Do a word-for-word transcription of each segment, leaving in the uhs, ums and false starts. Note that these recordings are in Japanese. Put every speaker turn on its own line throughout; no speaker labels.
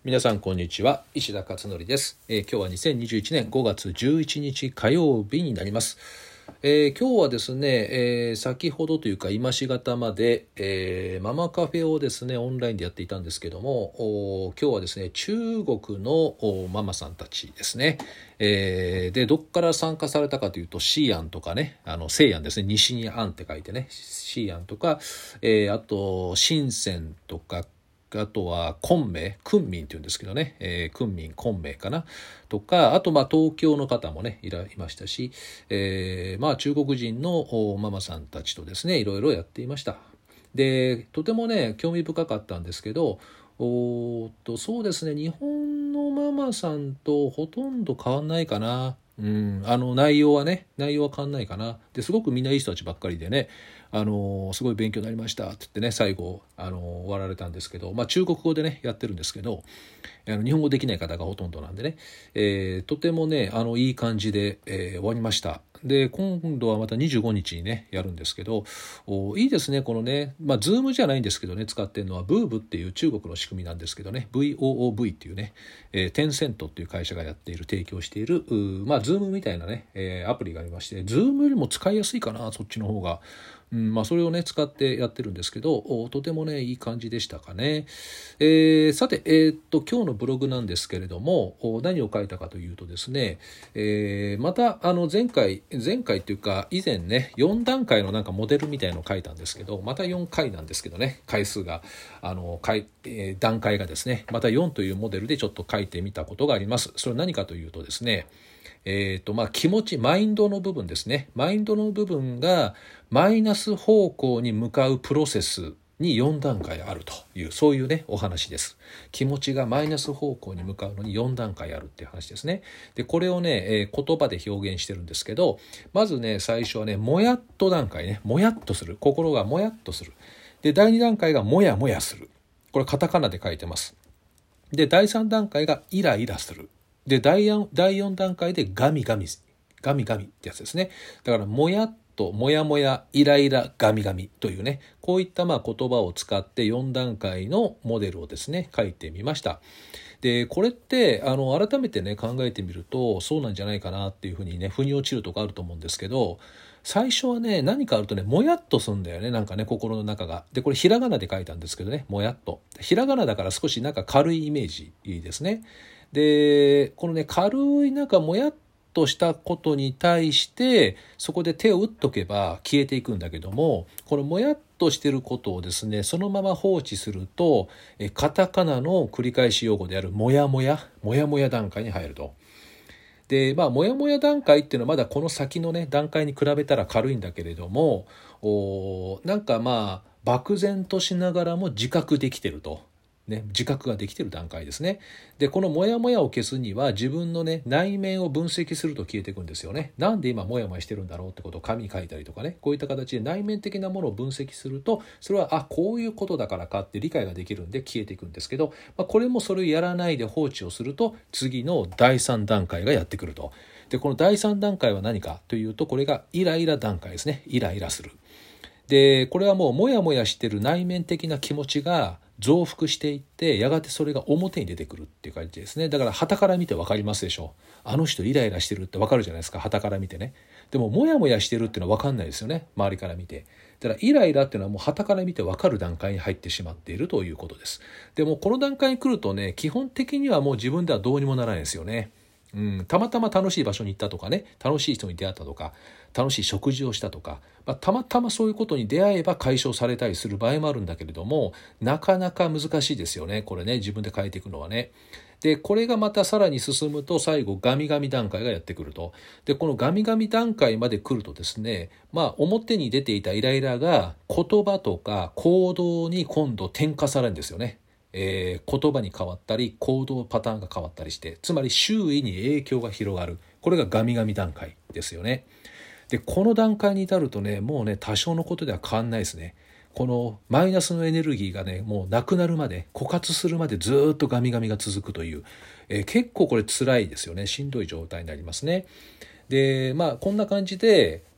皆さんこんにちは、石田勝則です。えー、今日はにせんにじゅういちねんごがつじゅういちにち火曜日になります。えー、今日はですね、えー、先ほどというか今しがたまで、えー、ママカフェをですねオンラインでやっていたんですけども、今日はですね中国のママさんたちですね、えー、でどっから参加されたかというとシーアンとかね、あの西安ですね、西にアンって書いてねシーアンとか、えー、あと深センとかあとは昆明、昆明っていうんですけどね、えー、昆明、昆明かなとか、あとまあ東京の方もねいらいましたし、えー、まあ中国人のママさんたちとですねいろいろやっていました。でとてもね興味深かったんですけど、おーっとそうですね、日本のママさんとほとんど変わんないかな。うん、あの内容はね内容は変わんないかな。ですごくみんないい人たちばっかりでね、あのすごい勉強になりましたって言ってね最後あの終わられたんですけど、まあ中国語でねやってるんですけど、あの日本語できない方がほとんどなんでね、えー、とてもねあのいい感じで、えー、終わりました。で今度はまたにじゅうごにちにねやるんですけど、おいいですねこのね、まあズームじゃないんですけどね、使ってるのはブーブっていう中国の仕組みなんですけどね、 ブイオーオーブイ っていうね、えー、テンセントっていう会社がやっている提供しているまあズームみたいなね、えー、アプリがありまして、ズームよりも使いやすいかなそっちの方が。うんまあ、それをね使ってやってるんですけど、とてもねいい感じでしたかね。えー、さて、えー、っと今日のブログなんですけれども、何を書いたかというとですね、えー、またあの前回前回というか以前ねよんだんかいのなんかモデルみたいのを書いたんですけど、またよんかいなんですけどね、回数があの回、えー、段階がですねまたよんというモデルでちょっと書いてみたことがあります。それは何かというとですね、えーとまあ、気持ちマインドの部分ですね。マインドの部分がマイナス方向に向かうプロセスによんだんかいあるという、そういうねお話です。気持ちがマイナス方向に向かうのによんだんかいあるっていう話ですね。でこれをね、えー、言葉で表現してるんですけど、まずね最初はねもやっと段階ね、もやっとする、心がもやっとする。でだいにだんかいがもやもやする、これカタカナで書いてます。でだいさんだんかいがイライラする。でだいよんだんかいでガミガミガミガミってやつですね。だからもやっともやもやイライラガミガミというね、こういったまあ言葉を使ってよんだんかいのモデルをですね書いてみました。でこれってあの改めてね考えてみるとそうなんじゃないかなっていうふうにね腑に落ちるとこあると思うんですけど、最初はね何かあるとねもやっとするんだよね、なんかね心の中が。でこれひらがなで書いたんですけどね、もやっとひらがなだから少しなんか軽いイメージですね。でこのね軽いなんかもやっとしたことに対してそこで手を打っとけば消えていくんだけども、このもやっとしてることをですねそのまま放置するとえカタカナの繰り返し用語であるもやもやもやもや段階に入ると。でまあもやもや段階っていうのはまだこの先のね段階に比べたら軽いんだけれども、おなんかまあ漠然としながらも自覚できてると。ね、自覚ができている段階ですね。でこのモヤモヤを消すには自分のね内面を分析すると消えていくんですよね。なんで今モヤモヤしてるんだろうってことを紙に書いたりとかね、こういった形で内面的なものを分析するとそれはあこういうことだからかって理解ができるんで消えていくんですけど、まあ、これもそれをやらないで放置をすると次のだいさんだんかいがやってくると。でこのだいさんだんかいは何かというとこれがイライラ段階ですね。イライラする。でこれはもうモヤモヤしてる内面的な気持ちが増幅していってやがてそれが表に出てくるっていう感じですね。だから傍から見て分かりますでしょ。あの人イライラしてるって分かるじゃないですか、傍から見てね。でもモヤモヤしてるっていうのは分かんないですよね、周りから見て。だからイライラっていうのはもう傍から見て分かる段階に入ってしまっているということです。でもこの段階に来るとね基本的にはもう自分ではどうにもならないですよね。うん、たまたま楽しい場所に行ったとかね、楽しい人に出会ったとか楽しい食事をしたとか、まあ、たまたまそういうことに出会えば解消されたりする場合もあるんだけれども、なかなか難しいですよねこれね、自分で変えていくのはね。でこれがまたさらに進むと最後ガミガミ段階がやってくると。でこのガミガミ段階まで来るとですね、まあ表に出ていたイライラが言葉とか行動に今度転化されるんですよね。えー、言葉に変わったり行動パターンが変わったりして、つまり周囲に影響が広がる。これがガミガミ段階ですよね。でこの段階に至るとねもうね多少のことでは変わんないですね。このマイナスのエネルギーがねもうなくなるまで、枯渇するまでずっとガミガミが続くという、えー、結構これ辛いですよね。しんどい状態になりますね。でまあこんな感じで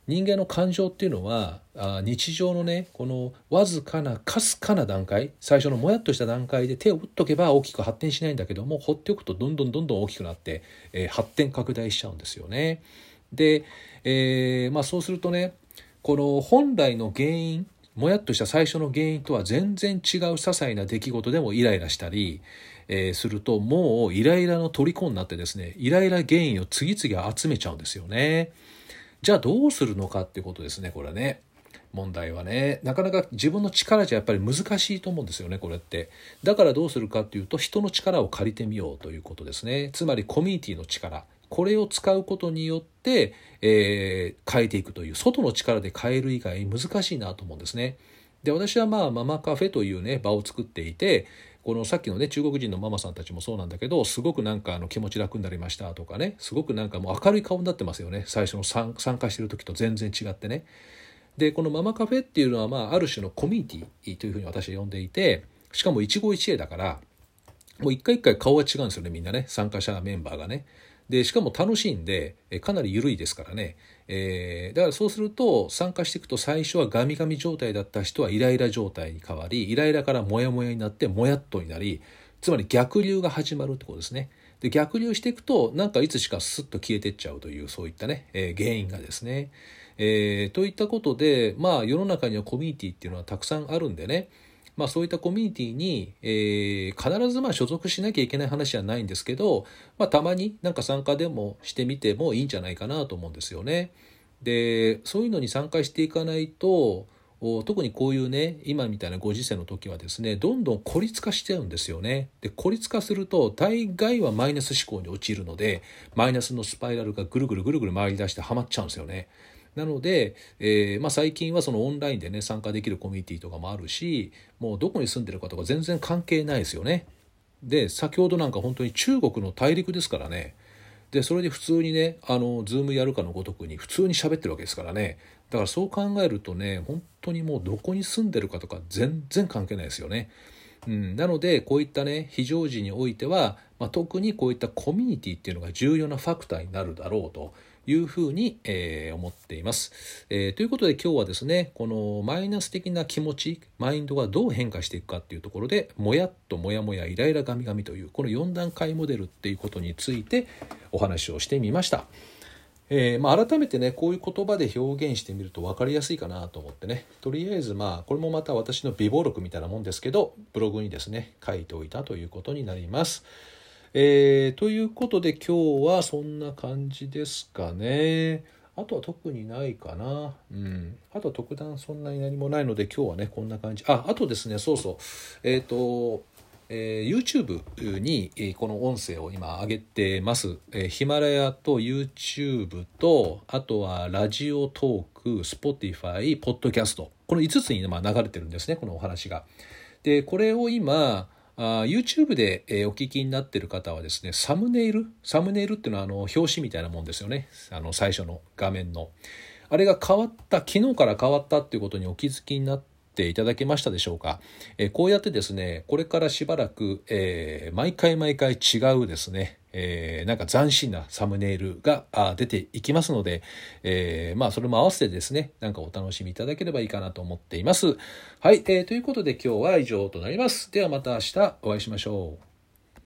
人間の感情っていうのはあ日常のねこのわずかなかすかな段階、最初のもやっとした段階で手を打っとけば大きく発展しないんだけども、放っておくとどんどんどんどん大きくなって、えー、発展拡大しちゃうんですよね。で、えーまあ、そうするとね、この本来の原因、もやっとした最初の原因とは全然違う些細な出来事でもイライラしたり、えー、すると、もうイライラの虜になってですね、イライラ原因を次々集めちゃうんですよね。じゃあどうするのかっていうことですね、これね。問題はね、なかなか自分の力じゃやっぱり難しいと思うんですよね、これって。だからどうするかっていうと、人の力を借りてみようということですね。つまりコミュニティの力、これを使うことによって、えー変えていくという、外の力で変える以外難しいなと思うんですね。で、私はまあママカフェというね場を作っていて、このさっきのね中国人のママさんたちもそうなんだけど、すごくなんかあの気持ち楽になりましたとかね、すごくなんかもう明るい顔になってますよね、最初の参参加してる時と全然違ってね。で、このママカフェっていうのは、まあ、ある種のコミュニティというふうに私は呼んでいて、しかも一期一会だからもう一回一回顔が違うんですよね、みんなね、参加者メンバーがね。でしかも楽しいんでかなり緩いですからね、えー、だからそうすると参加していくと、最初はガミガミ状態だった人はイライラ状態に変わり、イライラからモヤモヤになってモヤっとになり、つまり逆流が始まるってことですね。で逆流していくと、なんかいつしかスッと消えていっちゃうという、そういったね、えー、原因がですね、えー、といったことで、まあ世の中にはコミュニティっていうのはたくさんあるんでね、まあ、そういったコミュニティに、えー、必ずまあ所属しなきゃいけない話じゃないんですけど、まあ、たまになんか参加でもしてみてもいいんじゃないかなと思うんですよね。でそういうのに参加していかないと、特にこういうね今みたいなご時世の時はですね、どんどん孤立化しちゃうんですよね。で孤立化すると大概はマイナス思考に陥るので、マイナスのスパイラルがぐるぐるぐるぐる回り出してはまっちゃうんですよね。なので、えーまあ、最近はそのオンラインでね参加できるコミュニティとかもあるし、もうどこに住んでるかとか全然関係ないですよね。で先ほどなんか本当に中国の大陸ですからね。でそれで普通にねあのズームやるかのごとくに普通に喋ってるわけですからね。だからそう考えるとね、本当にもうどこに住んでるかとか全然関係ないですよね。うん、なのでこういったね非常時においては、まあ、特にこういったコミュニティっていうのが重要なファクターになるだろうというふうに、えー思っています、えーということで今日はですね、このマイナス的な気持ち、マインドがどう変化していくかっていうところで、もやっともやもやイライラガミガミというこのよん段階モデルっていうことについてお話をしてみました。えーまあ、改めてねこういう言葉で表現してみると分かりやすいかなと思ってね、とりあえずまあこれもまた私の備忘録みたいなもんですけど、ブログにですね書いておいたということになります。えー、ということで今日はそんな感じですかね。あとは特にないかな。うん。あとは特段そんなに何もないので今日はねこんな感じ。あ、あとですね、そうそう。えっと、えー YouTube にえーこの音声を今上げてます。えーヒマラヤと YouTube と、あとはラジオトーク、Spotify、ポッドキャスト。このいつつに、まあ、流れてるんですね、このお話が。で、これを今、あ YouTube で、えーお聞きになっている方はですね、サムネイル、サムネイルっていうのはあの表紙みたいなもんですよね。あの最初の画面の。あれが変わった、昨日から変わったっていうことにお気づきになっていただけましたでしょうか。えーこうやってですね、これからしばらく、えー毎回毎回違うですね、えーなんか斬新なサムネイルがあ出ていきますので、えーまあそれも合わせてですね、なんかお楽しみいただければいいかなと思っています。はい、えーということで今日は以上となります。ではまた明日お会いしましょう。